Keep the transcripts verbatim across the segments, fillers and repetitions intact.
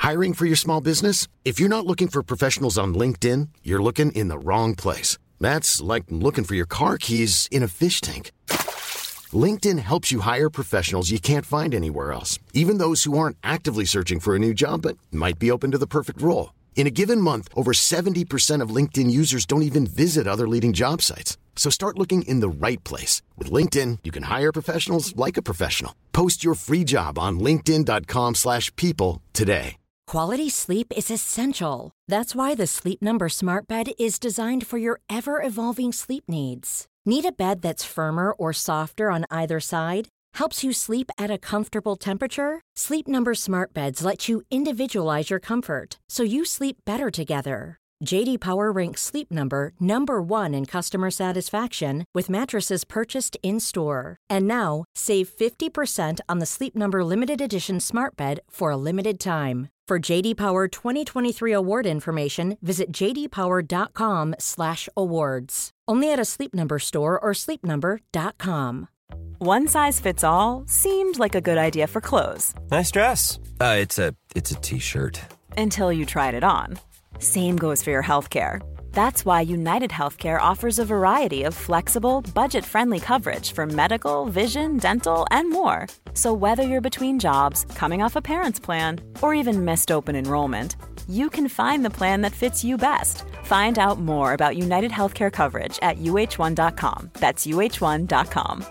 Hiring for your small business? If you're not looking for professionals on LinkedIn, you're looking in the wrong place. That's like looking for your car keys in a fish tank. LinkedIn helps you hire professionals you can't find anywhere else, even those who aren't actively searching for a new job but might be open to the perfect role. In a given month, over seventy percent of LinkedIn users don't even visit other leading job sites. So start looking in the right place. With LinkedIn, you can hire professionals like a professional. Post your free job on linkedin dot com slash people today. Quality sleep is essential. That's why the Sleep Number Smart Bed is designed for your ever-evolving sleep needs. Need a bed that's firmer or softer on either side? Helps you sleep at a comfortable temperature? Sleep Number Smart Beds let you individualize your comfort, so you sleep better together. J D Power ranks Sleep Number number one in customer satisfaction with mattresses purchased in-store. And now, save fifty percent on the Sleep Number Limited Edition Smart Bed for a limited time. For J D Power twenty twenty-three award information, visit j d power dot com slash awards. Only at a Sleep Number store or sleep number dot com. One size fits all seemed like a good idea for clothes. Nice dress. Uh, it's a it's a t-shirt. Until you tried it on. Same goes for your healthcare. That's why United Healthcare offers a variety of flexible, budget-friendly coverage for medical, vision, dental, and more. So whether you're between jobs, coming off a parent's plan, or even missed open enrollment, you can find the plan that fits you best. Find out more about United Healthcare coverage at u h one dot com. That's u h one dot com.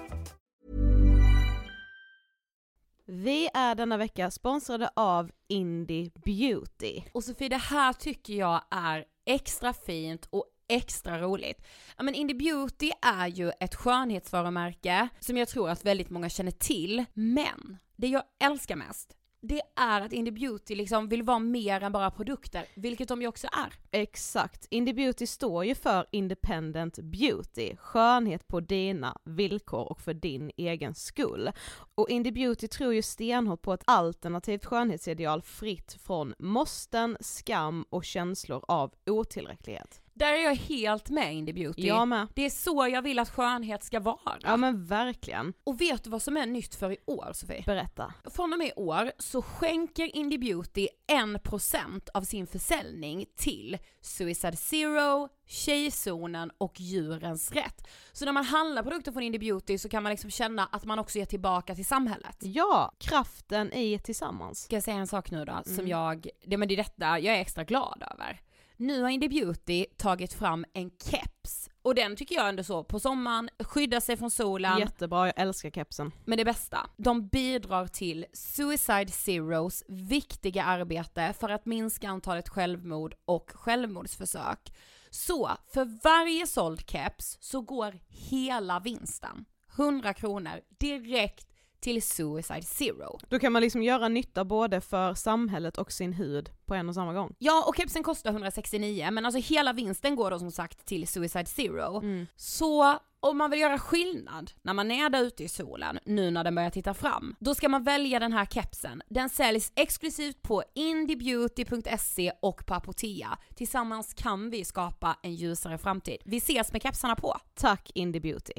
Vi är denna vecka sponsrade av Indie Beauty. Och Sofie, det här tycker jag är extra fint och extra roligt. Ja, men Indie Beauty är ju ett skönhetsvarumärke som jag tror att väldigt många känner till. Men det jag älskar mest, det är att Indie Beauty liksom vill vara mer än bara produkter, vilket de ju också är. Exakt. Indie Beauty står ju för Independent Beauty, skönhet på dina villkor och för din egen skull. Och Indie Beauty tror ju stenhårt på ett alternativt skönhetsideal fritt från måsten, skam och känslor av otillräcklighet. Där är jag helt med Indie Beauty. Jag med. Det är så jag vill att skönhet ska vara. Ja men verkligen. Och vet du vad som är nytt för i år, Sofie? Berätta. Från och med i år så skänker Indie Beauty en procent av sin försäljning till Suicide Zero, Tjejzonen och Djurens Rätt. Så när man handlar produkter från Indie Beauty så kan man liksom känna att man också ger tillbaka till samhället. Ja, kraften i tillsammans. Ska jag säga en sak nu då? Mm. Som jag, det, men det är detta jag är extra glad över. Nu har Indie Beauty tagit fram en keps. Och den tycker jag ändå så, på sommaren, skydda sig från solen. Jättebra, jag älskar kepsen. Men det bästa, de bidrar till Suicide Zeros viktiga arbete för att minska antalet självmord och självmordsförsök. Så för varje såld keps så går hela vinsten, hundra kronor, direkt till Suicide Zero. Då kan man liksom göra nytta både för samhället och sin hud på en och samma gång. Ja, och kepsen kostar hundrasextionio, men alltså hela vinsten går då som sagt till Suicide Zero. Mm. Så om man vill göra skillnad när man är där ute i solen, nu när den börjar titta fram, då ska man välja den här kepsen. Den säljs exklusivt på indiebeauty punkt se och på Apotea. Tillsammans kan vi skapa en ljusare framtid. Vi ses med kepsarna på. Tack Indie Beauty.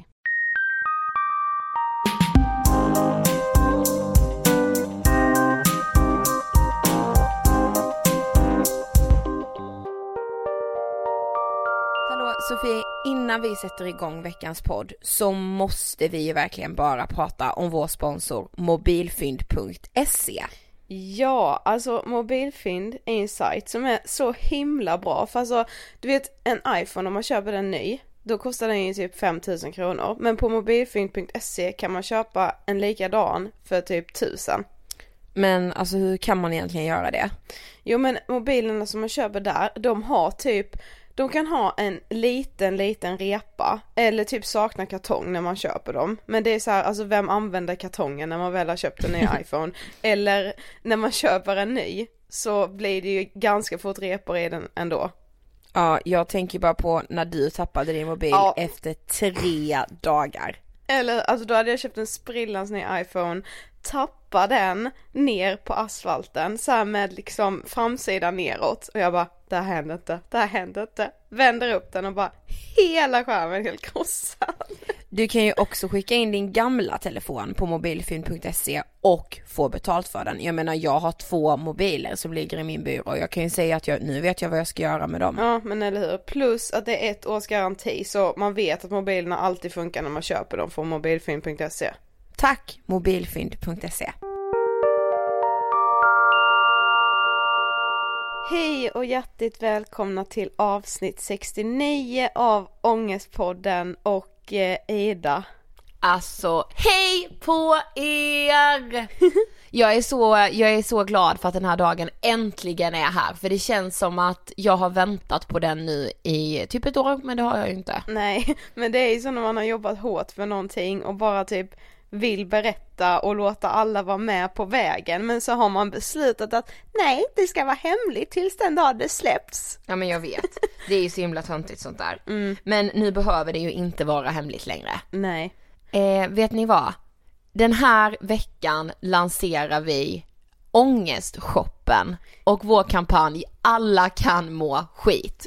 Sofie, innan vi sätter igång veckans podd så måste vi ju verkligen bara prata om vår sponsor mobilfynd punkt se. Ja, alltså Mobilfynd är en sajt som är så himla bra. För alltså, du vet, en iPhone om man köper den ny, då kostar den ju typ fem tusen kronor. Men på mobilfynd punkt se kan man köpa en likadan för typ tusen. Men alltså hur kan man egentligen göra det? Jo, men mobilerna som man köper där, de har typ... De kan ha en liten, liten repa eller typ sakna kartong när man köper dem. Men det är så här, alltså vem använder kartongen när man väl har köpt en ny iPhone? Eller när man köper en ny så blir det ju ganska fort repor i den ändå. Ja, jag tänker bara på när du tappade din mobil ja. efter tre dagar. Eller, alltså då hade jag köpt en sprillans ny iPhone, tappa den ner på asfalten så här med liksom framsidan neråt och jag bara, det här händer inte, det här händer inte. Vänder upp den och bara hela skärmen helt krossad. Du kan ju också skicka in din gamla telefon på mobilfynd punkt se och få betalt för den. Jag menar, jag har två mobiler som ligger i min byrå. Jag kan ju säga att jag, nu vet jag vad jag ska göra med dem. Ja, men eller hur. Plus att det är ett års garanti, så man vet att mobilerna alltid funkar när man köper dem från mobilfynd punkt se. Tack, mobilfynd punkt se. Hej och hjärtligt välkomna till avsnitt sextionio av Ångestpodden och eh, Ida. Alltså, hej på er! jag, är så, jag är så glad för att den här dagen äntligen är här. För det känns som att jag har väntat på den nu i typ ett år, men det har jag ju inte. Nej, men det är ju så när man har jobbat hårt för någonting och bara typ vill berätta och låta alla vara med på vägen, men så har man beslutat att nej, det ska vara hemligt tills den dag det släpps. Ja, men jag vet. Det är ju så himla töntigt sånt där. Mm. Men nu behöver det ju inte vara hemligt längre. Nej. Eh, vet ni vad? Den här veckan lanserar vi Ångestshoppen och vår kampanj Alla kan må skit.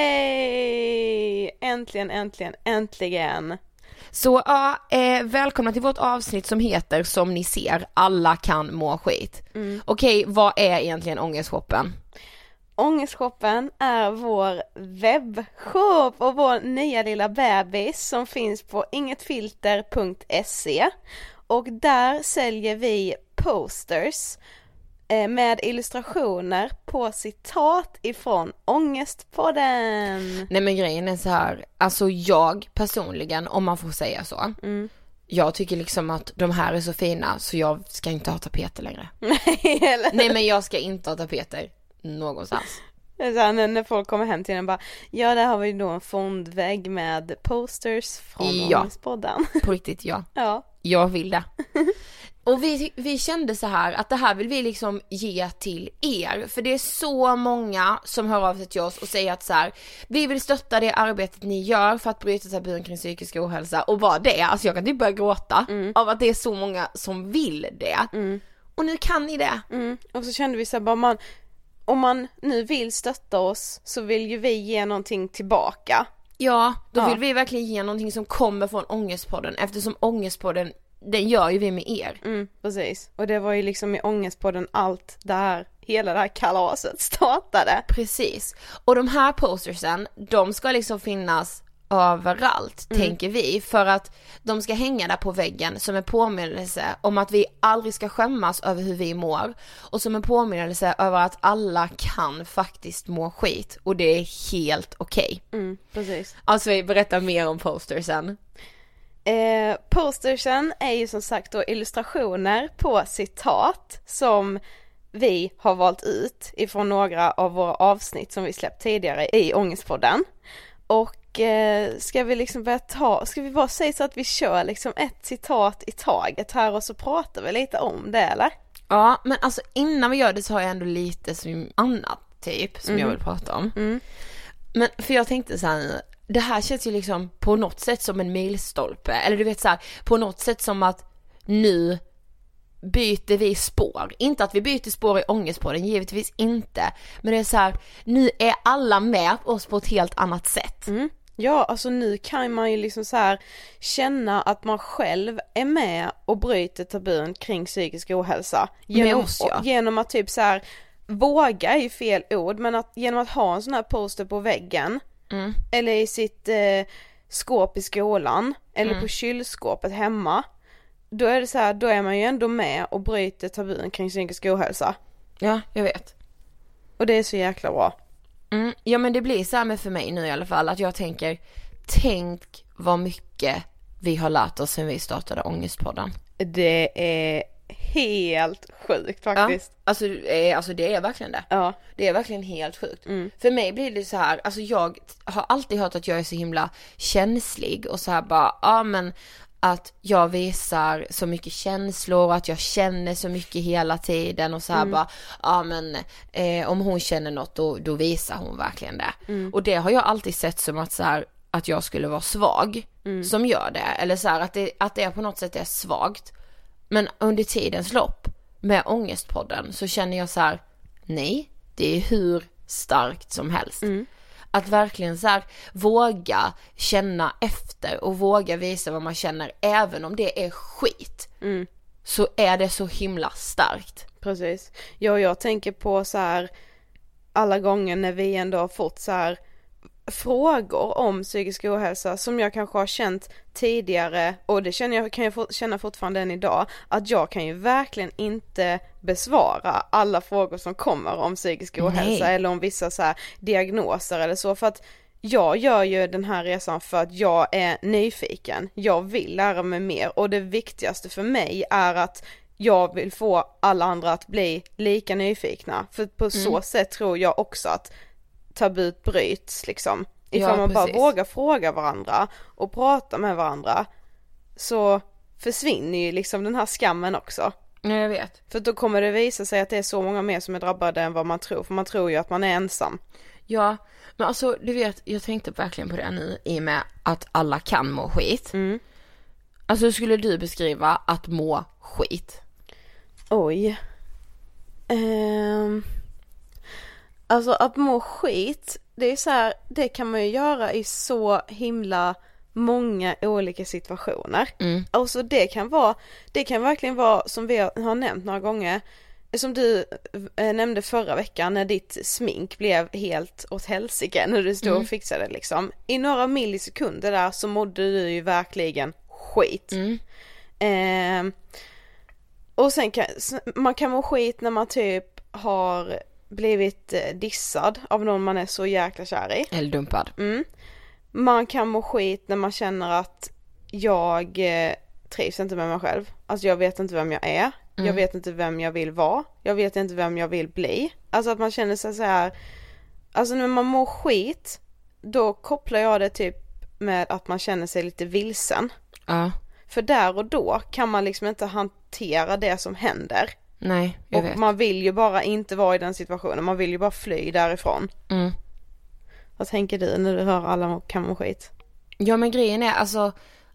Yay! Äntligen, äntligen, äntligen. Så ja, eh, välkomna till vårt avsnitt som heter, som ni ser, Alla kan må skit. Mm. Okej, vad är egentligen Ångestshoppen? Ångestshoppen är vår webbshop och vår nya lilla bebis som finns på ingetfilter punkt se, och där säljer vi posters med illustrationer på citat ifrån Ångestpodden. Nej, men grejen är så här, alltså jag personligen, om man får säga så, mm. jag tycker liksom att de här är så fina så jag ska inte ha tapeter längre. Nej, eller? Nej, men jag ska inte ha tapeter någonstans. Det är så här, när, när folk kommer hem till en bara, ja, där har vi då en fondvägg med posters från ja. Ångestpodden. På riktigt, ja. Ja. Jag vill det. Och vi, vi kände så här att det här vill vi liksom ge till er. För det är så många som hör av sig till oss och säger att så här, vi vill stötta det arbetet ni gör för att bryta tabun kring psykisk ohälsa. Och bara det, alltså jag kan typ börja gråta mm. av att det är så många som vill det. Mm. Och nu kan ni det. Mm. Och så kände vi så här, bara man, om man nu vill stötta oss så vill ju vi ge någonting tillbaka. Ja, då ja. vill vi verkligen ge någonting som kommer från Ångestpodden, eftersom Ångestpodden, den gör ju vi med er. Mm, precis. Och det var ju liksom i Ångestpodden allt det här, hela det här kalaset startade. Precis. Och de här postersen, de ska liksom finnas överallt, mm. tänker vi, för att de ska hänga där på väggen som en påminnelse om att vi aldrig ska skämmas över hur vi mår, och som en påminnelse över att alla kan faktiskt må skit och det är helt okej. Okay. Mm, precis. Alltså vi berättar mer om postersen. Eh, postersen är ju som sagt då illustrationer på citat som vi har valt ut ifrån några av våra avsnitt som vi släppt tidigare i Ångestpodden. Och eh, ska vi liksom börja ta, ska vi bara säga så att vi kör liksom ett citat i taget här och så pratar vi lite om det, eller? Ja, men alltså innan vi gör det så har jag ändå lite som annat typ som mm. jag vill prata om. Mm. Men för jag tänkte så här, det här känns ju liksom på något sätt som en milstolpe, eller du vet så här, på något sätt som att nu byter vi spår. Inte att vi byter spår i Ångestpodden, givetvis inte. Men det är så här, nu är alla med oss på ett helt annat sätt. Mm. Ja, alltså nu kan man ju liksom så här känna att man själv är med och bryter tabun kring psykisk ohälsa. Genom, med oss, ja. Genom att typ så här, våga är ju fel ord, men att genom att ha en sån här poster på väggen mm. eller i sitt eh, skåp i skolan eller mm. på kylskåpet hemma, då är det så här, då är man ju ändå med och bryter tabun kring psykisk ohälsa. Ja, jag vet. Och det är så jäkla bra. Mm, ja, men det blir så här med för mig nu i alla fall, att jag tänker, tänk vad mycket vi har lärt oss sen vi startade Ångestpodden. Det är helt sjukt faktiskt. Ja, alltså, eh, alltså det är verkligen det. Ja. Det är verkligen helt sjukt. Mm. För mig blir det så här, alltså jag har alltid hört att jag är så himla känslig och så här bara, ja men att jag visar så mycket känslor och att jag känner så mycket hela tiden och så här mm. bara, ja men eh, om hon känner något då, då visar hon verkligen det. Mm. Och det har jag alltid sett som att så här, att jag skulle vara svag mm. som gör det, eller så här, att det, att det på något sätt är svagt. Men under tidens lopp med Ångestpodden så känner jag så här, nej, det är hur starkt som helst. Mm. Att verkligen så här våga känna efter och våga visa vad man känner, även om det är skit. Mm. Så är det så himla starkt. Precis. Ja, jag tänker på så här alla gånger när vi ändå har fått så här frågor om psykisk ohälsa som jag kanske har känt tidigare, och det känner jag, kan jag känna fortfarande än idag, att jag kan ju verkligen inte besvara alla frågor som kommer om psykisk ohälsa. Nej. Eller om vissa så här diagnoser eller så, för att jag gör ju den här resan för att jag är nyfiken. Jag vill lära mig mer, och det viktigaste för mig är att jag vill få alla andra att bli lika nyfikna. För på mm. så sätt tror jag också att tabut bryts liksom. Ifall ja, man bara vågar fråga varandra och prata med varandra, så försvinner ju liksom den här skammen också. Ja, jag vet. För då kommer det visa sig att det är så många mer som är drabbade än vad man tror. För man tror ju att man är ensam. Ja, men alltså du vet, jag tänkte verkligen på det nu i och med att alla kan må skit. Mm. Alltså skulle du beskriva att må skit? Oj. Um, alltså att må skit, det är så här, det kan man ju göra i så himla många olika situationer. Mm. Alltså det kan vara, det kan verkligen vara som vi har nämnt några gånger, som du äh, nämnde förra veckan när ditt smink blev helt åt helsike när du stod mm. och fixade liksom. I några millisekunder där så mådde du ju verkligen skit. Mm. Eh, och sen kan man kan må skit när man typ har blivit dissad av någon man är så jäkla kär i. Eller dumpad. Mm. Man kan må skit när man känner att jag eh, trivs inte med mig själv. Alltså jag vet inte vem jag är. Mm. Jag vet inte vem jag vill vara. Jag vet inte vem jag vill bli. Alltså att man känner sig så här. Alltså när man mår skit, då kopplar jag det typ med att man känner sig lite vilsen. Ja. För där och då kan man liksom inte hantera det som händer. Nej, jag och vet. Man vill ju bara inte vara i den situationen. Man vill ju bara fly därifrån. Mm. Vad tänker du när du hör alla kan må skit? Ja, men grejen är alltså,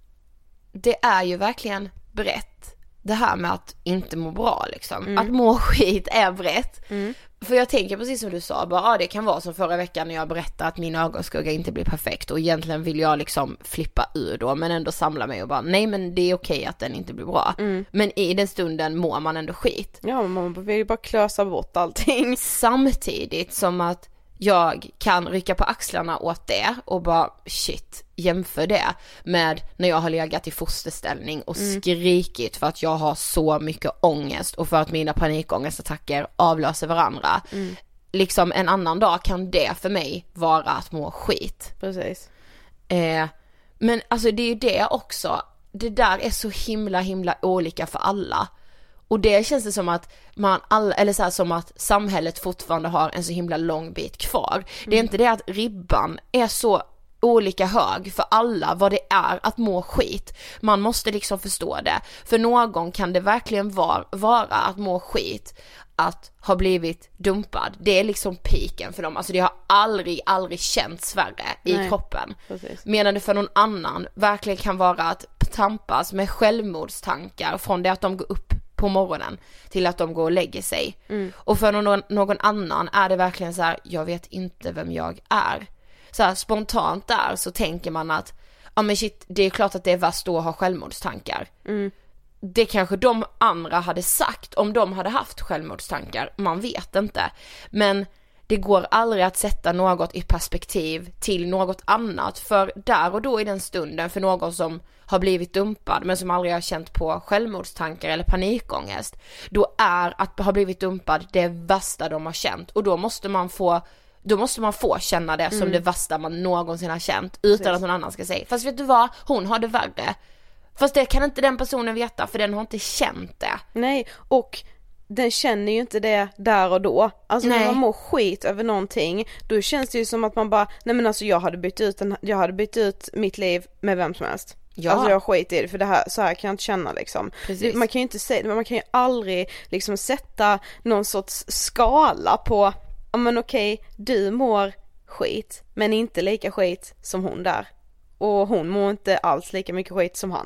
det är ju verkligen brett. Det här med att inte må bra liksom. Mm. Att må skit är brett. Mm. För jag tänker precis som du sa, bara, ja, det kan vara som förra veckan när jag berättade att min ögonskugga inte blir perfekt. Och egentligen vill jag liksom flippa ur då, men ändå samla mig och bara, nej men det är okej att den inte blir bra. Mm. Men i den stunden mår man ändå skit. Ja, man vill ju bara klösa bort allting. Samtidigt som att jag kan rycka på axlarna åt det och bara shit, jämför det med när jag har legat i fosterställning och mm. skrikit för att jag har så mycket ångest och för att mina panikångestattacker avlöser varandra. Mm. Liksom en annan dag kan det för mig vara att må skit. Precis. Eh, men alltså det är ju det också. Det där är så himla himla olika för alla. Och det känns det som att man alla, eller så här, som att samhället fortfarande har en så himla lång bit kvar. Mm. Det är inte det att ribban är så olika hög för alla vad det är att må skit. Man måste liksom förstå det. För någon kan det verkligen vara, vara att må skit, att ha blivit dumpad. Det är liksom piken för dem. Alltså det har aldrig, aldrig känts värre i Nej. kroppen. Precis. Medan det för någon annan verkligen kan vara att tampas med självmordstankar från det att de går upp på morgonen till att de går och lägger sig. Mm. Och för någon, någon annan är det verkligen så här, jag vet inte vem jag är. Så här, spontant där så tänker man att ja men shit, det är klart att det är värst då att ha självmordstankar. Mm. Det kanske de andra hade sagt om de hade haft självmordstankar. Man vet inte. Men det går aldrig att sätta något i perspektiv till något annat. För där och då i den stunden, för någon som har blivit dumpad men som aldrig har känt på självmordstankar eller panikångest, då är att ha blivit dumpad det värsta de har känt. Och då måste man få Då måste man få känna det som mm. det värsta man någonsin har känt utan Precis. Att någon annan ska säga. Fast vet du vad? Hon har det värre. Fast det kan inte den personen veta, för den har inte känt det. Nej, och den känner ju inte det där och då. Alltså nej. När man mår skit över någonting, då känns det ju som att man bara, nej men alltså jag hade bytt ut, en, jag hade bytt ut mitt liv med vem som helst. Ja. Alltså jag skit i det, för det här, så här kan jag inte känna liksom. Precis. Man kan ju inte säga, man kan ju aldrig liksom sätta någon sorts skala på, ja men okej, du mår skit men inte lika skit som hon där. Och hon mår inte alls lika mycket skit som han där.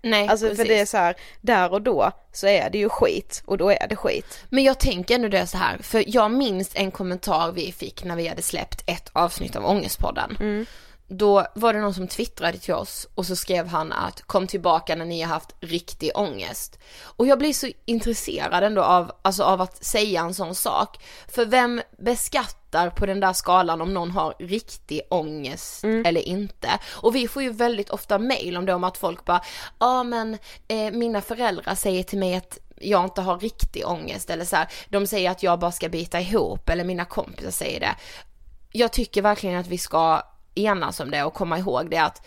Nej, alltså precis. för det är så här, där och då så är det ju skit och då är det skit. Men jag tänker ändå det så här, för jag minns en kommentar vi fick när vi hade släppt ett avsnitt av Ångestpodden. Mm. Då var det någon som twittrade till oss och så skrev han att kom tillbaka när ni har haft riktig ångest. Och jag blir så intresserad ändå av, alltså av att säga en sån sak. För vem beskattar på den där skalan om någon har riktig ångest mm. eller inte? Och vi får ju väldigt ofta mejl om det, om att folk bara, ja ah, men eh, mina föräldrar säger till mig att jag inte har riktig ångest. Eller så här, de säger att jag bara ska bita ihop, eller mina kompisar säger det. Jag tycker verkligen att vi ska enas om det och komma ihåg det, att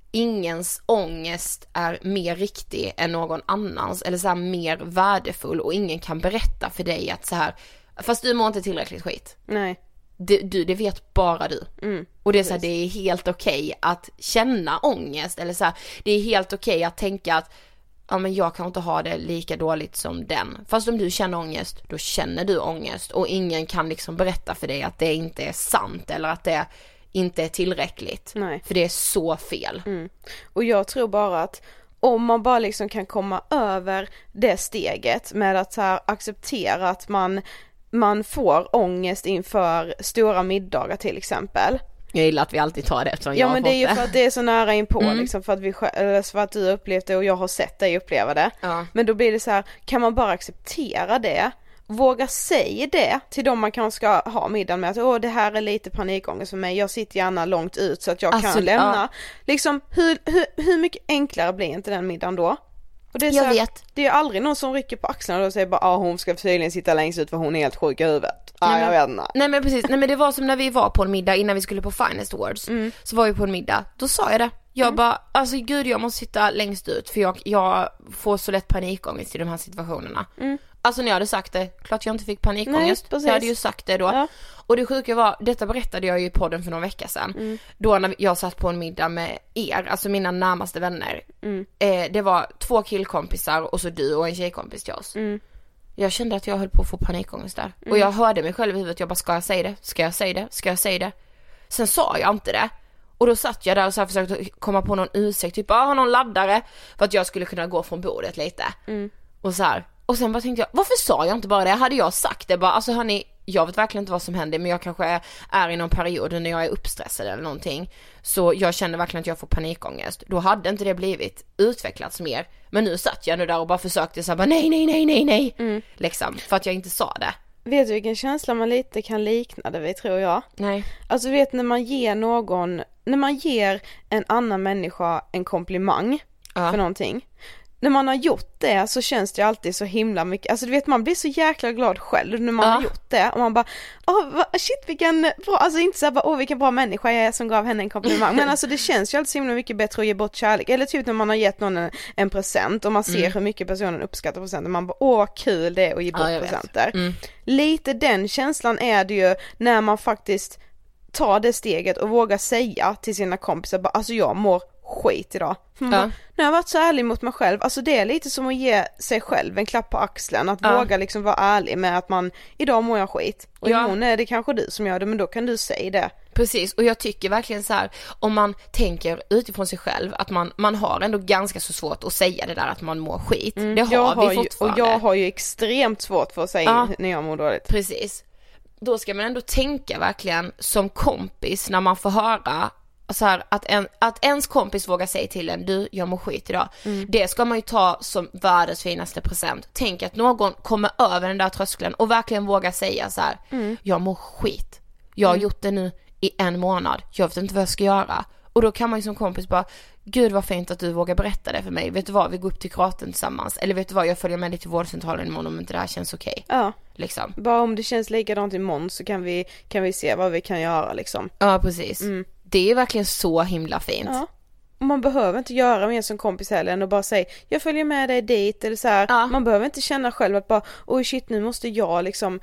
ingens ångest är mer riktig än någon annans, eller så här mer värdefull, och ingen kan berätta för dig att så här, fast du mår inte tillräckligt skit. Nej. Det, du, det vet bara du. Mm, och det är så här, det är helt okej att känna ångest, eller så här, det är helt okej att tänka att ja, men jag kan inte ha det lika dåligt som den. Fast om du känner ångest, då känner du ångest, och ingen kan liksom berätta för dig att det inte är sant, eller att det inte är tillräckligt. Nej. För det är så fel. Mm. Och jag tror bara att om man bara liksom kan komma över det steget med att så här acceptera att man, man får ångest inför stora middagar till exempel. Jag gillar att vi alltid tar det eftersom ja, jag har men det är ju det. för att det är så nära inpå mm. liksom, för att vi för att du upplevt det och jag har sett dig uppleva det. Ja. Men då blir det så här, kan man bara acceptera det? Våga säga det till dem man kanske ska ha middagen med, att åh, det här är lite panikångest för mig, jag sitter gärna långt ut så att jag alltså, kan lämna. Ja. Liksom, hur, hur, hur mycket enklare blir inte den middagen då? Och det är så jag här, vet. Det är aldrig någon som rycker på axlarna och säger bara, ah, hon ska tydligen sitta längst ut för hon är helt sjuk i huvudet. Ah, nej, men, jag vet inte. Nej men precis, nej men det var som när vi var på en middag innan vi skulle på Finest Awards. Mm. Så var vi på en middag, då sa jag det. Jag mm. bara, alltså gud, jag måste sitta längst ut för jag, jag får så lätt panikångest i de här situationerna. Mm. Alltså när jag hade sagt det, klart jag inte fick panikångest. Nej, jag hade ju sagt det då. Ja. Och det sjuka var, detta berättade jag ju i podden för några veckor sedan. Mm. Då när jag satt på en middag med er, alltså mina närmaste vänner. Mm. Eh, det var två killkompisar och så du och en tjejkompis till oss. Mm. Jag kände att jag höll på att få panikångest där. Mm. Och jag hörde mig själv i huvudet, jag bara, ska jag säga det? Ska jag säga det? Ska jag säga det? Sen sa jag inte det. Och då satt jag där och så här försökte komma på någon ursäkt, typ, ah, har någon laddare? För att jag skulle kunna gå från bordet lite. Mm. Och så här. Och sen bara tänkte jag, varför sa jag inte bara det? Hade jag sagt det bara, alltså hörni, jag vet verkligen inte vad som händer, men jag kanske är, är i någon period när jag är uppstressad eller någonting. Så jag känner verkligen att jag får panikångest. Då hade inte det blivit utvecklats mer. Men nu satt jag nu där och bara försökte så här, bara, nej, nej, nej, nej, nej. Mm. Liksom, för att jag inte sa det. Vet du vilken känsla man lite kan likna det vid, tror jag? Nej. Alltså vet, när man ger någon, när man ger en annan människa en komplimang ja. för någonting. När man har gjort det så känns det alltid så himla mycket, alltså du vet, man blir så jäkla glad själv när man ja. har gjort det och man bara, åh shit vilken bra, alltså inte så här bara, åh vilken bra människa jag är som gav henne en komplimang, men alltså det känns ju alltid så himla mycket bättre att ge bort kärlek, eller typ när man har gett någon en, en present och man ser mm. hur mycket personen uppskattar presenten, man bara, åh vad kul det är att ge bort ja, presenter. Mm. Lite den känslan är det ju när man faktiskt tar det steget och vågar säga till sina kompisar, bara, alltså jag mår skit idag. Ja. Bara, nu har jag varit så ärlig mot mig själv. Alltså det är lite som att ge sig själv en klapp på axeln. Att ja. våga liksom vara ärlig med att man, idag mår jag skit. Och ja. imorgon är det kanske du som gör det, men då kan du säga det. Precis, och jag tycker verkligen så här, om man tänker utifrån sig själv att man, man har ändå ganska så svårt att säga det där att man mår skit. Mm. Det har jag vi har fortfarande. Ju, och jag har ju extremt svårt för att säga ja. när jag mår dåligt. Precis. Då ska man ändå tänka verkligen som kompis när man får höra så här, att, en, att ens kompis vågar säga till en, du, jag mår skit idag. Mm. Det ska man ju ta som världens finaste present. Tänk att någon kommer över den där tröskeln och verkligen vågar säga så här, mm. jag mår skit. Jag har mm. gjort det nu i en månad. Jag vet inte vad jag ska göra. Och då kan man ju som kompis bara, gud vad fint att du vågar berätta det för mig. Vet du vad, vi går upp till kuratorn tillsammans. Eller vet du vad, jag följer med dig till vårdcentralen imorgon om inte det här känns okej. Okay. Ja. Liksom. Bara om det känns likadant imorgon så kan vi, kan vi se vad vi kan göra liksom. Ja, precis. Mm. Det är verkligen så himla fint. Ja. Och man behöver inte göra mer som kompis heller än att bara säga, jag följer med dig dit eller så här. Ja. Man behöver inte känna själv att bara, oj shit, nu måste jag liksom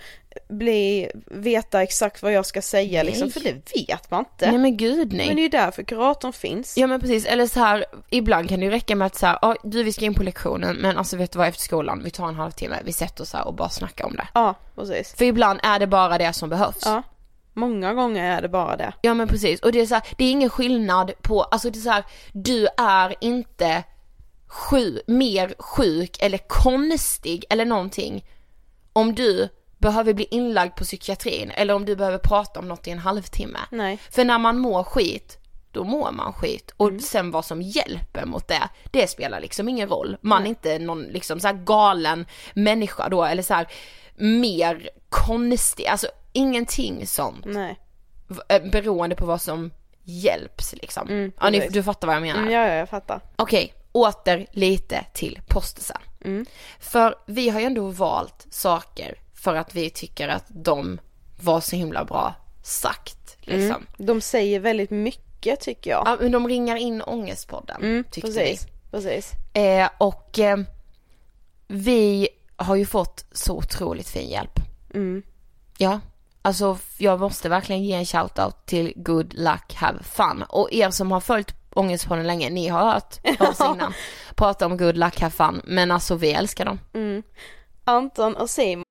bli, veta exakt vad jag ska säga liksom, för det vet man inte. Nej men gud nej. Men det är ju därför kuratorn finns. Ja men precis, eller så här, ibland kan det ju räcka med att så här, oh, du vi ska in på lektionen, men alltså vet du vad, efter skolan, vi tar en halvtimme, vi sätter oss här och bara snackar om det. Ja, precis. För ibland är det bara det som behövs. Ja. Många gånger är det bara det. Ja men precis, och det är så här, det är ingen skillnad på, alltså det är så här, du är inte sjuk, mer sjuk eller konstig eller någonting om du behöver bli inlagd på psykiatrin eller om du behöver prata om något i en halvtimme. Nej. För när man mår skit, då mår man skit. Och Mm. sen vad som hjälper mot det, det spelar liksom ingen roll. Man är Nej. inte någon liksom så här galen människa då, eller så här mer konstig, alltså ingenting sånt. Nej. V- beroende på vad som hjälps liksom. Mm, ja, ni, precis. du fattar vad jag menar. Mm, ja, ja, jag fattar. Okej, åter lite till postisen. Mm. För vi har ju ändå valt saker för att vi tycker att de var så himla bra sagt liksom. Mm. De säger väldigt mycket tycker jag. Ja, men de ringar in Ångestpodden, Mm, tyckte precis. Precis. vi. Eh, och eh, vi har ju fått så otroligt fin hjälp. Mm. Ja, alltså jag måste verkligen ge en shoutout till Good Luck Have Fun. Och er som har följt Ångestpodden länge, ni har hört oss innan prata om Good Luck Have Fun. Men alltså vi älskar dem. Mm. Anton och Simon.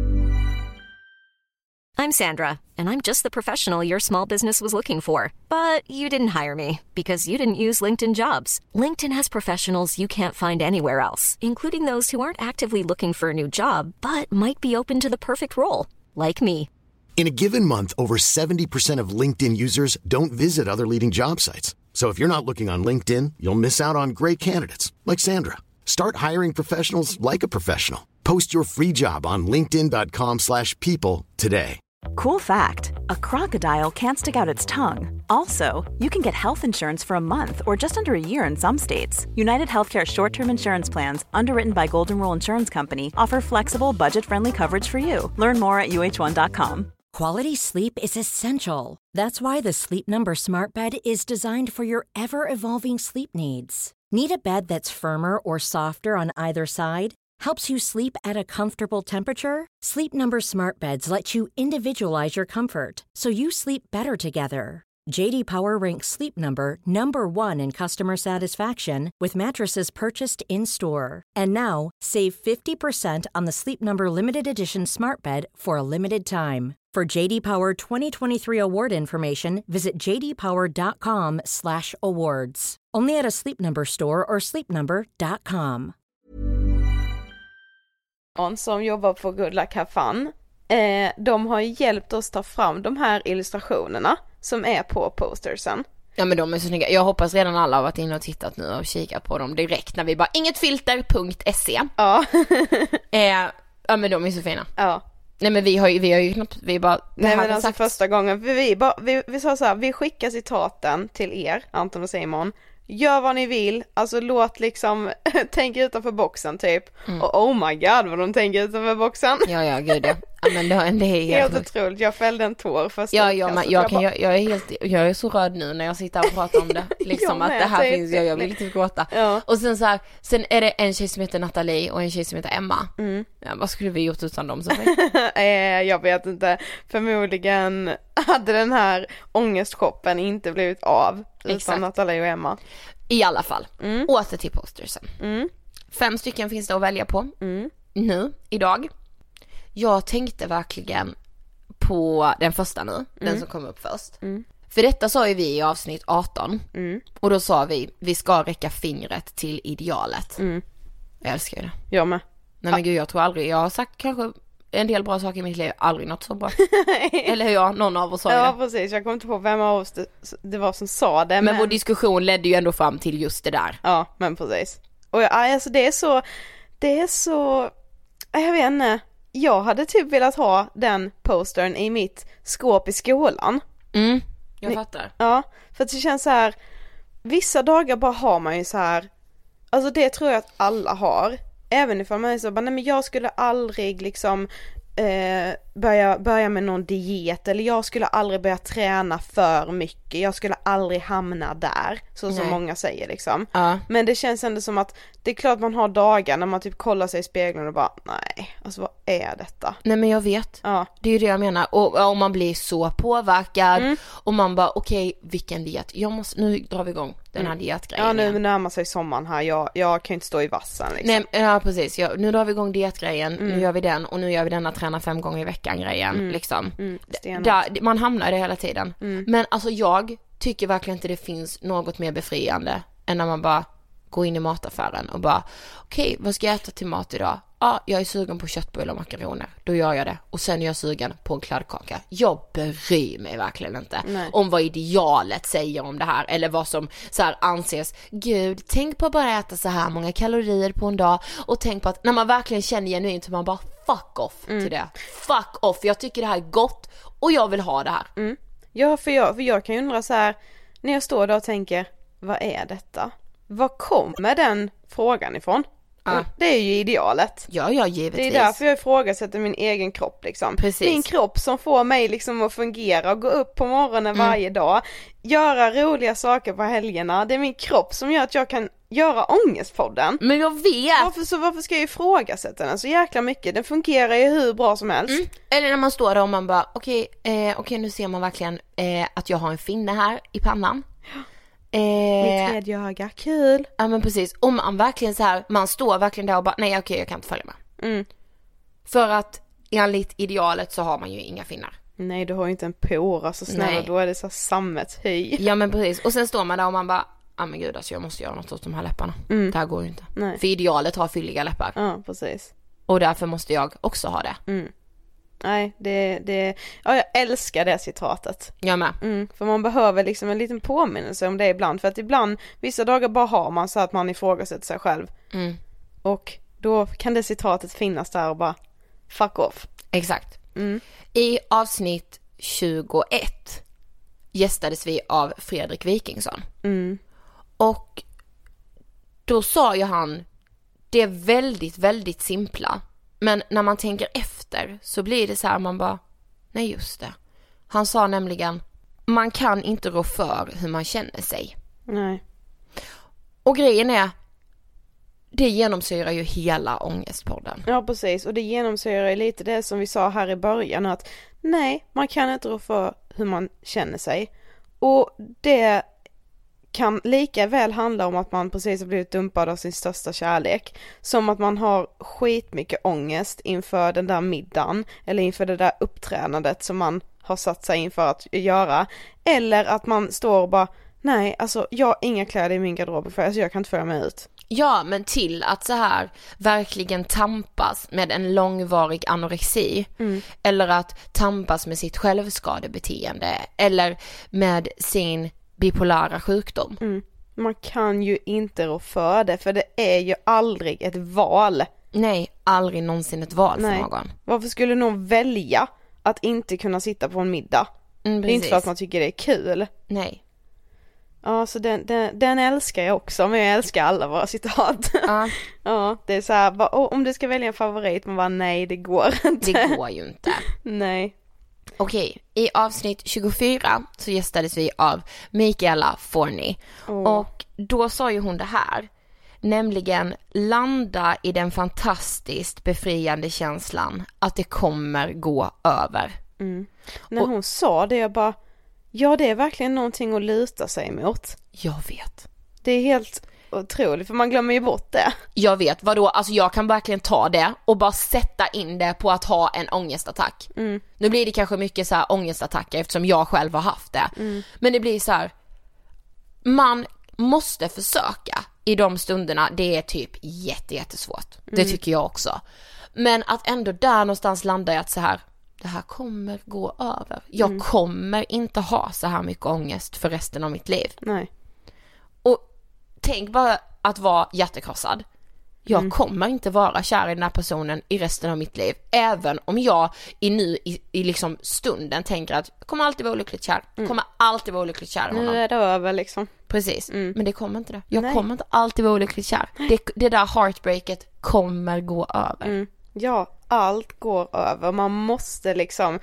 I'm Sandra, and I'm just the professional your small business was looking for. But you didn't hire me because you didn't use LinkedIn Jobs. LinkedIn has professionals you can't find anywhere else, including those who aren't actively looking for a new job, but might be open to the perfect role, like me. In a given month, over seventy percent of LinkedIn users don't visit other leading job sites. So if you're not looking on LinkedIn, you'll miss out on great candidates like Sandra. Start hiring professionals like a professional. Post your free job on linkedin dot com slash people today. Cool fact, a crocodile can't stick out its tongue. Also, you can get health insurance for a month or just under a year in some states. United Healthcare short-term insurance plans, underwritten by Golden Rule Insurance Company, offer flexible, budget-friendly coverage for you. Learn more at U H one dot com. Quality sleep is essential. That's why the Sleep Number Smart Bed is designed for your ever-evolving sleep needs. Need a bed that's firmer or softer on either side? Helps you sleep at a comfortable temperature? Sleep Number Smart Beds let you individualize your comfort so you sleep better together. J D Power ranks Sleep Number number one in customer satisfaction with mattresses purchased in-store. And now, save fifty percent on the Sleep Number Limited Edition Smart Bed for a limited time. For J D Power twenty twenty-three award information, visit j d power dot com slash awards. Only at a Sleep Number store or sleep number dot com. Som jobbar på Good Luck Have Fun. Eh, de har ju hjälpt oss ta fram de här illustrationerna som är på postersen. Ja, men de är så snygga. Jag hoppas redan alla har varit inne och tittat nu och kikat på dem direkt när vi bara ingetfilter punkt se. Ja. eh, ja, men de är så fina. Ja. Nej, men vi har ju, vi har ju knappt, vi bara... Nej, men alltså sagt... första gången, vi, vi, bara, vi, vi sa så här, vi skickar citaten till er, Anton och Simon. Gör vad ni vill, alltså låt liksom, tänk utanför boxen typ. Mm. Och oh my god vad de tänker utanför boxen. Ja, ja, gud ja. Ja, men det, det är helt... Helt otroligt, jag fällde en tår först. Ja, ja, men jag, jag, kan, bara... jag, jag är helt, jag är så röd nu när jag sitter och pratar om det. Liksom jag att det här typ. finns, jag, jag vill inte gråta. Ja. Och sen så här, sen är det en tjej som heter Nathalie och en tjej som heter Emma. Mm. Ja, vad skulle vi gjort utan dem? Så eh, jag vet inte, förmodligen hade den här ångestshoppen inte blivit av utan Exakt. Nathalie och Emma. I alla fall, mm. åter till postersen. Mm. Fem stycken finns det att välja på mm. nu, idag. Jag tänkte verkligen på den första nu, mm. den som kom upp först. Mm. För detta sa ju vi i avsnitt arton. Mm. Och då sa vi, vi ska räcka fingret till idealet. Mm. Jag älskar ju det. Jag med. Nej men gud, jag tror aldrig, jag har sagt kanske en del bra saker i mitt liv, aldrig något så bra. Eller hur jag, någon av oss sa Ja, det. precis, jag kommer inte på vem av oss det, det var som sa det. Men, men vår diskussion ledde ju ändå fram till just det där. Ja, men precis. Och jag, alltså det är så, det är så, jag vet inte, jag hade typ velat ha den postern i mitt skåp i skolan. Mm, jag fattar. Ja, för att det känns så här, vissa dagar bara har man ju så här, alltså det tror jag att alla har. Även ifall man är så, nej men jag skulle aldrig liksom eh, börja, börja med någon diet, eller jag skulle aldrig börja träna för mycket, jag skulle aldrig hamna där, så som många säger liksom. Ja. Men det känns ändå som att det är klart man har dagar när man typ kollar sig i spegeln och bara, nej, alltså vad är detta? Nej men jag vet, ja. Det är ju det jag menar. Och, och man blir så påverkad mm. och man bara, okej, okay, vilken diet? Jag måste, nu drar vi igång den här mm. dietgrejen. Ja, nu närmar sig sommaren här, jag, jag kan inte stå i vassen liksom. Nej, ja precis, ja, nu drar vi igång dietgrejen, mm. nu gör vi den och nu gör vi denna träna fem gånger i veckan grejen mm. liksom. Mm. Där, man hamnar i det hela tiden. Mm. Men alltså jag tycker verkligen inte det finns något mer befriande än när man bara gå in i mataffären och bara okej, okay, vad ska jag äta till mat idag? Ja, ah, jag är sugen på köttbullar och makaroner. Då gör jag det. Och sen är jag sugen på en kladdkaka. Jag bryr mig verkligen inte Nej. om vad idealet säger om det här. Eller vad som så här anses. Gud, tänk på att bara äta så här många kalorier på en dag. Och tänk på att när man verkligen känner genuint hur man bara fuck off mm. till det. Fuck off, jag tycker det här är gott och jag vill ha det här. Mm. Ja, för jag, för jag kan ju undra så här, när jag står där och tänker, vad är detta? Var kommer den frågan ifrån? Ah. Det är ju idealet. Ja, ja, givetvis. Det är därför jag ifrågasätter min egen kropp liksom. Precis. Min kropp som får mig liksom att fungera och gå upp på morgonen mm. varje dag. Göra roliga saker på helgerna. Det är min kropp som gör att jag kan göra Ångestpodden. Men jag vet. Varför, så varför ska jag ifrågasätta den så jäkla mycket? Den fungerar ju hur bra som helst. Mm. Eller när man står där och man bara, okej, okay, eh, okay, nu ser man verkligen eh, att jag har en finne här i pannan. Eh, Mitt tredje öga, kul. Ja men precis, om man verkligen så här, man står verkligen där och bara, nej okej okay, jag kan inte följa med. Mm. För att enligt idealet så har man ju inga finnar. Nej, du har ju inte en pora så snälla, nej. Då är det så sammetshöj. Ja men precis, och sen står man där och man bara, ja men gud alltså jag måste göra något åt de här läpparna. Mm. Det här går ju inte. Nej. För idealet har fylliga läppar. Ja, precis. Och därför måste jag också ha det. Mm. Nej, det, det, ja, jag älskar det citatet. Jag med. Mm, för man behöver liksom en liten påminnelse om det ibland. För att ibland, vissa dagar bara har man så att man ifrågasätter sig själv. Mm. Och då kan det citatet finnas där och bara fuck off. Exakt. Mm. I avsnitt tjugoett gästades vi av Fredrik Wikingsson. Mm. Och då sa ju han, det är väldigt, väldigt simpla. Men när man tänker efter så blir det så här, man bara, nej just det. Han sa nämligen, man kan inte rå för hur man känner sig. Nej. Och grejen är, det genomsyrar ju hela Ångestpodden. Ja, precis. Och det genomsyrar ju lite det som vi sa här i början, att nej, man kan inte rå för hur man känner sig. Och det kan lika väl handla om att man precis har blivit dumpad av sin största kärlek, som att man har skitmycket ångest inför den där middagen eller inför det där uppträdandet som man har satt sig inför att göra, eller att man står och bara, nej alltså jag har inga kläder i min garderob för alltså, jag kan inte föra mig ut. Ja, men till att så här verkligen tampas med en långvarig anorexi mm. eller att tampas med sitt självskadebeteende eller med sin bipolära sjukdom. Mm. Man kan ju inte rå för det, för det är ju aldrig ett val. Nej, aldrig någonsin ett val Nej. för någon. Varför skulle någon välja att inte kunna sitta på en middag? Mm, det är inte för att man tycker det är kul. Nej. Ja, så den, den, den älskar jag också, men jag älskar alla våra citat. Ja. Ja, det är så här, bara, oh, om du ska välja en favorit, man bara nej, det går inte. Det går ju inte. Nej. Okej, i avsnitt tjugofyra så gästades vi av Michaela Forni. Oh. Och då sa ju hon det här, nämligen landa i den fantastiskt befriande känslan att det kommer gå över. Mm. När hon och, sa det, jag bara, ja det är verkligen någonting att luta sig mot. Jag vet. Det är helt otroligt, för man glömmer ju bort det. Jag vet, vadå? Alltså jag kan verkligen ta det och bara sätta in det på att ha en ångestattack. Mm. Nu blir det kanske mycket så här ångestattacker eftersom jag själv har haft det. Mm. Men det blir så här, man måste försöka i de stunderna. Det är typ jätte, jättesvårt. Mm. Det tycker jag också. Men att ändå där någonstans landa i att så här, det här kommer gå över. Jag mm. kommer inte ha så här mycket ångest för resten av mitt liv. Nej. Och tänk bara att vara hjärtekrossad. Jag mm. kommer inte vara kär i den här personen i resten av mitt liv. Även om jag i nu i, i liksom stunden tänker att jag kommer alltid vara olyckligt kär. Jag kommer mm. alltid vara olyckligt kär i honom. Nu är det över liksom. Precis, mm. men det kommer inte det. Jag Nej. kommer inte alltid vara olyckligt kär. Det, det där heartbreaket kommer gå över. Mm. Ja, allt går över. Man måste liksom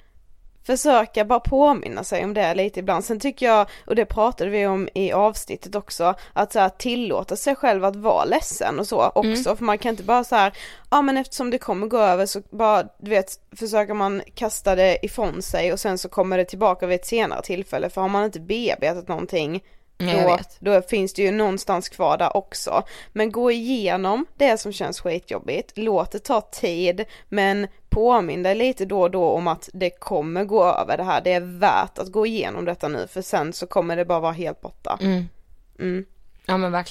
försöka bara påminna sig om det lite ibland. Sen tycker jag, och det pratade vi om i avsnittet också, att så här, tillåta sig själv att vara ledsen och så också. Mm. För man kan inte bara så här, ja men eftersom det kommer gå över så bara, du vet, försöker man kasta det ifrån sig och sen så kommer det tillbaka vid ett senare tillfälle. För har man inte bearbetat någonting, Då, då finns det ju någonstans kvar där också. Men gå igenom det som känns skitjobbigt. Låt det ta tid, men påminn dig lite då och då om att det kommer gå över det här. Det är värt att gå igenom detta nu, för sen så kommer det bara vara helt borta. Mm. Mm. Ja men verkligen.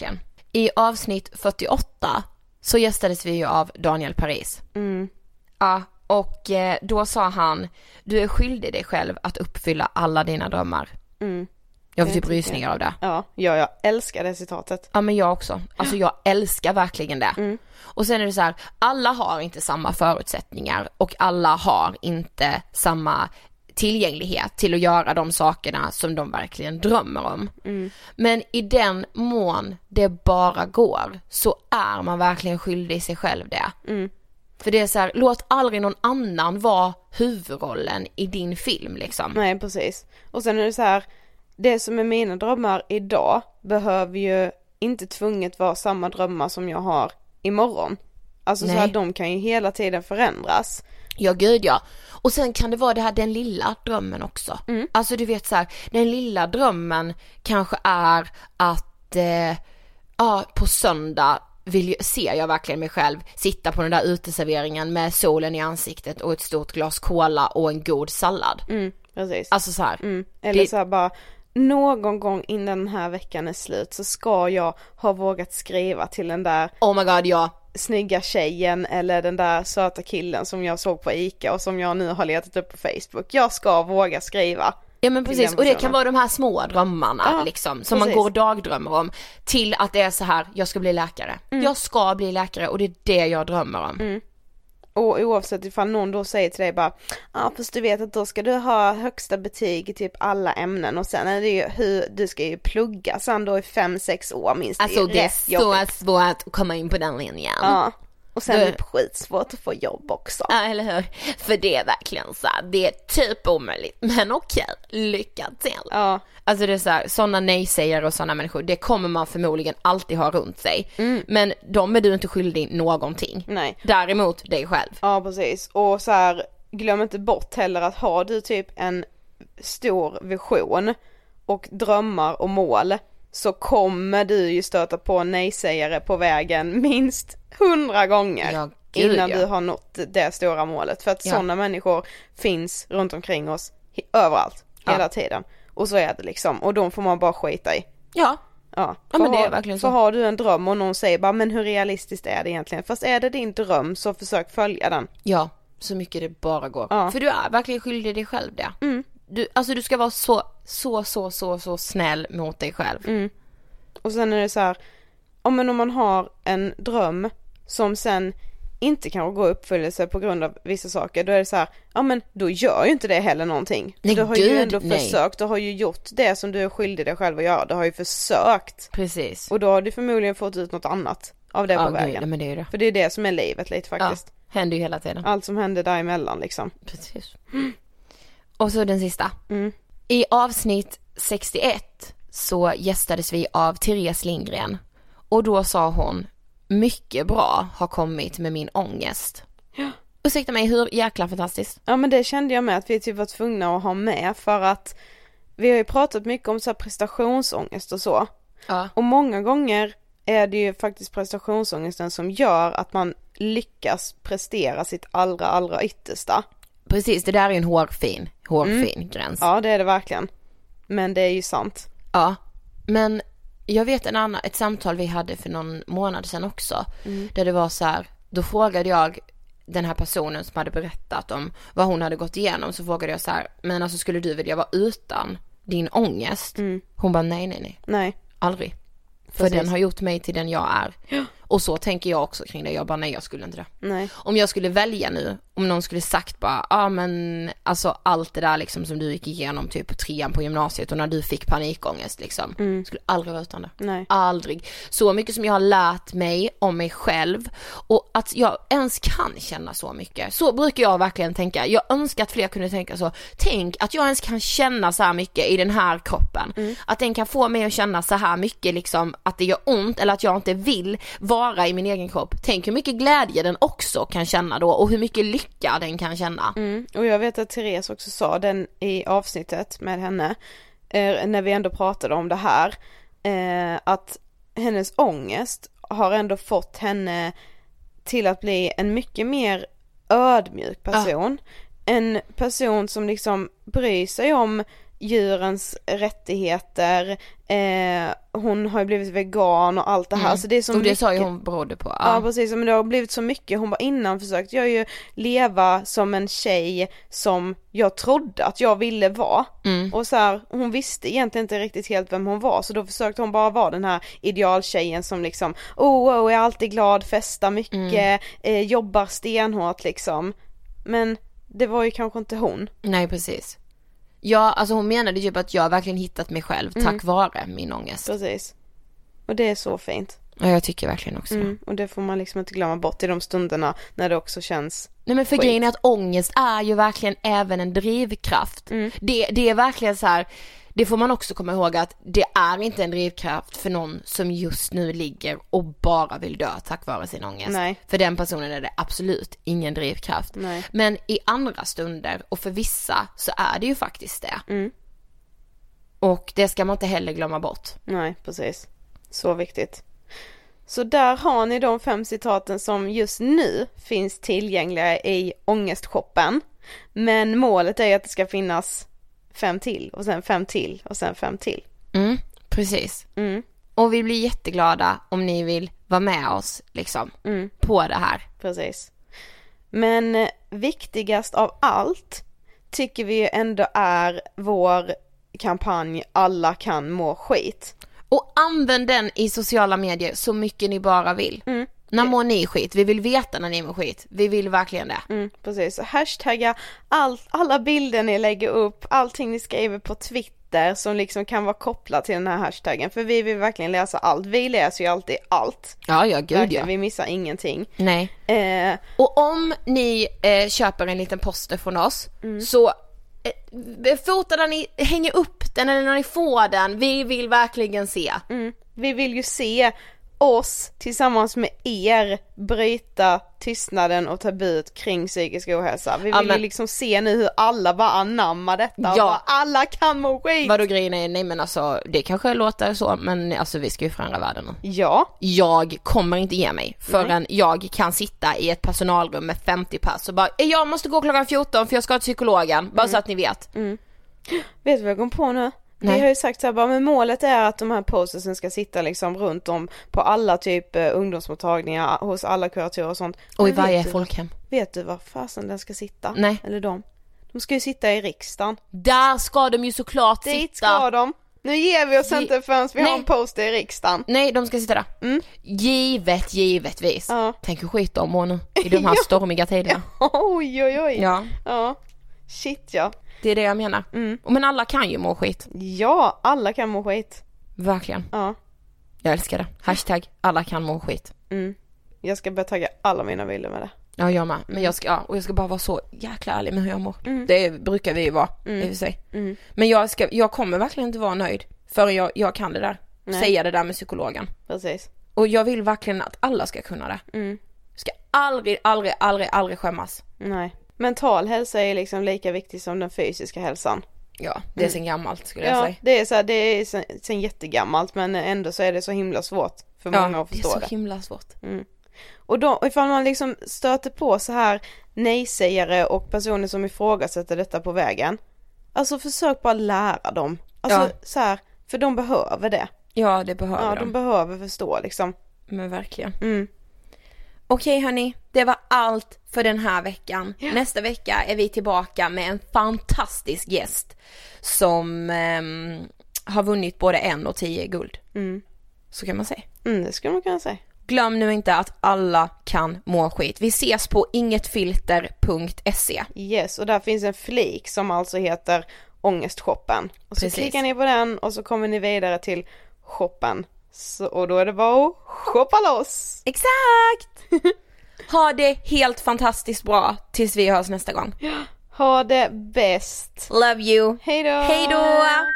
I avsnitt fyrtioåtta så gästades vi ju av Daniel Paris. Mm. Ja, och eh, då sa han, du är skyldig dig själv att uppfylla alla dina drömmar. Mm. Jag får typ rysningar av det. Ja, ja, jag älskar det citatet. Ja, men jag också. Alltså jag älskar verkligen det. Mm. Och sen är det så här, alla har inte samma förutsättningar och alla har inte samma tillgänglighet till att göra de sakerna som de verkligen drömmer om. Mm. Men i den mån det bara går så är man verkligen skyldig sig själv det. Mm. För det är så här, låt aldrig någon annan vara huvudrollen i din film liksom. Nej, precis. Och sen är det så här, det som är mina drömmar idag behöver ju inte tvunget vara samma drömmar som jag har imorgon. Alltså Nej. så här, de kan ju hela tiden förändras. Ja, gud ja. Och sen kan det vara det här, den lilla drömmen också. Mm. Alltså du vet så här, den lilla drömmen kanske är att eh, ja, på söndag vill jag, ser jag verkligen mig själv sitta på den där uteserveringen med solen i ansiktet och ett stort glas cola och en god sallad. Mm, precis. Alltså så här. Mm. Eller det... så här bara, någon gång innan den här veckan är slut så ska jag ha vågat skriva till den där Oh my god, ja. snygga tjejen eller den där söta killen som jag såg på Ica och som jag nu har letat upp på Facebook. Jag ska våga skriva. Ja, men precis, och det kan vara de här små drömmarna ja, liksom, som precis. man går och dagdrömmer om, till att det är så här, jag ska bli läkare. Mm. Jag ska bli läkare och det är det jag drömmer om. Mm. Och oavsett ifall någon då säger till dig bara, ja ah, fast du vet att då ska du ha högsta betyg i typ alla ämnen och sen är det ju hur, du ska ju plugga sen då i fem, sex år minst. Alltså det är, det är så jobbigt. Svårt att komma in på den linjen. Ja. Och sen du... är det skitsvårt att få jobb också. Ja, eller hur? För det är verkligen så här, det är typ omöjligt. Men okej, lycka till. Ja. Alltså det är så här, sådana nej-sägare och sådana människor, det kommer man förmodligen alltid ha runt sig. Mm. Men de är du inte skyldig någonting. Nej. Däremot dig själv. Ja, precis. Och så här, glöm inte bort heller att har du typ en stor vision och drömmar och mål, så kommer du ju stöta på nej-sägare på vägen minst hundra gånger. Ja, gud, innan ja. du har nått det stora målet. För att Ja. sådana människor finns runt omkring oss överallt, Ja. hela tiden. Och så är det liksom. Och de får man bara skita i. Ja. Ja, Ja, men det är har, verkligen så. för har du en dröm och någon säger bara, men hur realistiskt är det egentligen? Fast är det din dröm så försök följa den. Ja, så mycket det bara går. Ja. För du är verkligen skyldig dig själv det. Mm. Du, alltså du ska vara så, så, så, så, så snäll mot dig själv. Mm. Och sen är det så här, om, men om man har en dröm som sen inte kan gå i uppfyllelse på grund av vissa saker, då är det så här, ja men då gör ju inte det heller någonting. Nej, du har gud, ju ändå nej. försökt, du har ju gjort det som du är skyldig dig själv att göra, du har ju försökt. Precis. Och då har du förmodligen fått ut något annat av det Ja, på vägen. gud, men det är ju det. För det är det som är livet lite faktiskt. Ja, händer ju hela tiden. Allt som händer däremellan liksom. Precis. Och så den sista. Mm. I avsnitt sextioett så gästades vi av Therese Lindgren. Och då sa hon, mycket bra har kommit med min ångest. Ja. Ursäkta mig, hur jäkla fantastiskt. Ja, men det kände jag med att vi typ var tvungna att ha med, för att vi har ju pratat mycket om så här prestationsångest och så. Ja. Och många gånger är det ju faktiskt prestationsångesten som gör att man lyckas prestera sitt allra, allra yttersta. Precis, det där är ju en hårfin, hårfin mm. gräns. Ja, det är det verkligen. Men det är ju sant. Ja, men jag vet en annan, ett samtal vi hade för någon månad sedan också. Mm. Där det var så här, då frågade jag den här personen som hade berättat om vad hon hade gått igenom, så frågade jag så här, men alltså skulle du vilja vara utan din ångest? Mm. Hon bara nej, nej, nej. Nej. Aldrig. För Precis. den har gjort mig till den jag är. Ja. Och så tänker jag också kring det. Jag bara nej, jag skulle inte det. Nej. Om jag skulle välja nu, om någon skulle sagt bara, ja ah, men alltså allt det där liksom som du gick igenom typ på trean på gymnasiet och när du fick panikångest liksom, Mm. skulle aldrig vara utan det. Nej. Aldrig. Så mycket som jag har lärt mig om mig själv och att jag ens kan känna så mycket. Så brukar jag verkligen tänka. Jag önskar att fler kunde tänka så. Tänk att jag ens kan känna så här mycket i den här kroppen. Mm. Att den kan få mig att känna så här mycket liksom, att det gör ont eller att jag inte vill vara i min egen kropp. Tänk hur mycket glädje den också kan känna då och hur mycket lycka den kan känna. Mm. Och jag vet att Therese också sa den i avsnittet med henne, eh, när vi ändå pratade om det här, eh, att hennes ångest har ändå fått henne till att bli en mycket mer ödmjuk person. Ah. En person som liksom bryr sig om djurens rättigheter, eh, hon har ju blivit vegan och allt det här. Mm. Alltså det är så och det mycket... sa ju hon berodde på. Ja. Ja, precis, men det har blivit så mycket. Hon var innan försökt jag ju leva som en tjej som jag trodde att jag ville vara. Mm. Och så här, hon visste egentligen inte riktigt helt vem hon var, så då försökte hon bara vara den här idealtjejen som liksom, oh, oh är alltid glad, festar mycket, mm. eh, jobbar stenhårt liksom. Men det var ju kanske inte hon. Nej, precis. Ja, alltså hon menade ju att jag verkligen hittat mig själv mm. tack vare min ångest. Precis. Och det är så fint. Ja, jag tycker verkligen också. Mm. Och det får man liksom inte glömma bort i de stunderna när det också känns Nej, men för skit. grejen är att ångest är ju verkligen även en drivkraft. Mm. Det, det är verkligen så här, det får man också komma ihåg att det är inte en drivkraft för någon som just nu ligger och bara vill dö tack vare sin ångest. Nej. För den personen är det absolut ingen drivkraft. Nej. Men i andra stunder och för vissa så är det ju faktiskt det. Mm. Och det ska man inte heller glömma bort. Nej, precis. Så viktigt. Så där har ni de fem citaten som just nu finns tillgängliga i ångestshoppen. Men målet är att det ska finnas fem till och sen fem till och sen fem till. Mm, precis. Mm. Och vi blir jätteglada om ni vill vara med oss liksom mm. på det här. Precis. Men eh, viktigast av allt tycker vi ändå är vår kampanj Alla kan må skit. Och använd den i sociala medier så mycket ni bara vill. Mm. När mår ni skit? Vi vill veta när ni mår skit. Vi vill verkligen det. Mm, precis. Så hashtagga all, alla bilder ni lägger upp, allting ni skriver på Twitter som liksom kan vara kopplat till den här hashtaggen. För vi vill verkligen läsa allt. Vi läser ju alltid allt. Ja, ja, gud verkligen, ja. Vi missar ingenting. Nej. Eh, Och om ni eh, köper en liten poster från oss mm. så eh, fota när ni hänger upp den eller när ni får den. Vi vill verkligen se. Mm. Vi vill ju se oss tillsammans med er bryta tystnaden och tabut kring psykisk ohälsa. Vi vill ja, men... ju liksom se nu hur alla bara anammar detta. Ja. Alla kan må skit. Vadå grejen är, nej men alltså det kanske låter så, men alltså vi ska ju förändra världen nu. Ja. Jag kommer inte ge mig förrän nej. jag kan sitta i ett personalrum med femtio pass och bara, jag måste gå klockan fjorton för jag ska ha psykologen. Bara mm. så att ni vet. Mm. Vet du vad jag kom på nu? Nej. Vi har ju sagt så här, bara, men målet är att de här postersen ska sitta liksom runt om på alla typ uh, ungdomsmottagningar, hos alla kuratorer och sånt. Och men i varje du, folkhem. Vet du var fasen den ska sitta? Nej. Eller de? De ska ju sitta i riksdagen. Där ska de ju såklart Dit sitta. Dit ska de. Nu ger vi oss Ge- inte förrän vi Nej. har en poster i riksdagen. Nej, de ska sitta där. Mm. Givet, givetvis. Ja. Tänk hur skit om nu i de här stormiga tiderna. Oj, oj, oj. Ja. Ja. Shit, ja. Det är det jag menar. Mm. Men alla kan ju må skit. Ja, alla kan må skit. Verkligen. Ja. Jag älskar det. Hashtag alla kan må skit. Mm. Jag ska börja tagga alla mina bilder med det. Ja, jag med. Men jag ska, ja, och jag ska bara vara så jäkla ärlig med hur jag mår. Mm. Det brukar vi ju vara, mm. i och för sig. Mm. Men jag, ska, jag kommer verkligen inte vara nöjd förrän jag, jag kan det där. Nej. Säga det där med psykologen. Precis. Och jag vill verkligen att alla ska kunna det. Mm. Ska aldrig, aldrig, aldrig, aldrig skämmas. Nej. Mental hälsa är liksom lika viktig som den fysiska hälsan. Ja, det är mm. sen gammalt skulle ja, jag säga. det är så här, det är sen, sen jättegammalt, men ändå så är det så himla svårt för ja, många att förstå det. det är så himla svårt. Mm. Och då, ifall man liksom stöter på så här nej-sägare och personer som ifrågasätter detta på vägen, alltså försök bara lära dem. Alltså ja. så här, för de behöver det. Ja, det behöver ja, de. de behöver förstå liksom. Men verkligen. Mm. Okej hörni, det var allt för den här veckan. Ja. Nästa vecka är vi tillbaka med en fantastisk gäst som um, har vunnit både en och tio guld. Mm. Så kan man säga. Mm, det skulle man kunna säga. Glöm nu inte att alla kan må skit. Vi ses på ingetfilter punkt se. Yes, och där finns en flik som alltså heter ångestshoppen. Och så Precis. klickar ni på den och så kommer ni vidare till shoppen. Så, och då är det bara att shoppa loss. Exakt! Ha det helt fantastiskt bra tills vi hörs nästa gång. Ha det bäst. Love you. Hej då. Hej då.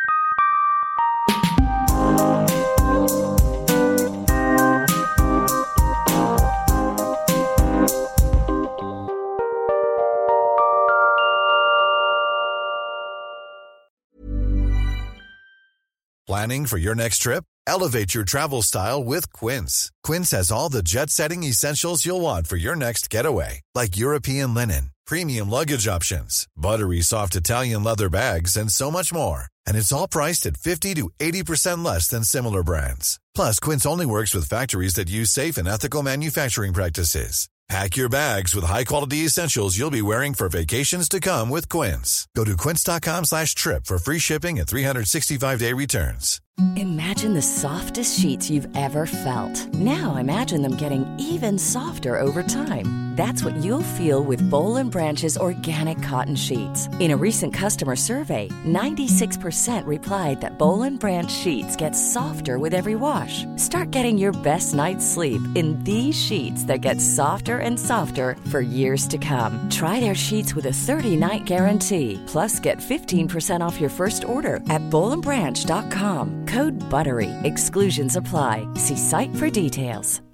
Planning for your next trip? Elevate your travel style with Quince. Quince has all the jet-setting essentials you'll want for your next getaway, like European linen, premium luggage options, buttery soft Italian leather bags, and so much more. And it's all priced at fifty to eighty percent less than similar brands. Plus, Quince only works with factories that use safe and ethical manufacturing practices. Pack your bags with high-quality essentials you'll be wearing for vacations to come with Quince. Go to quince.com slash trip for free shipping and three sixty-five day returns. Imagine the softest sheets you've ever felt. Now imagine them getting even softer over time. That's what you'll feel with Boll and Branch's organic cotton sheets. In a recent customer survey, ninety-six percent replied that Boll and Branch sheets get softer with every wash. Start getting your best night's sleep in these sheets that get softer and softer for years to come. Try their sheets with a thirty-night guarantee. Plus, get fifteen percent off your first order at boll and branch dot com. Code BUTTERY. Exclusions apply. See site for details.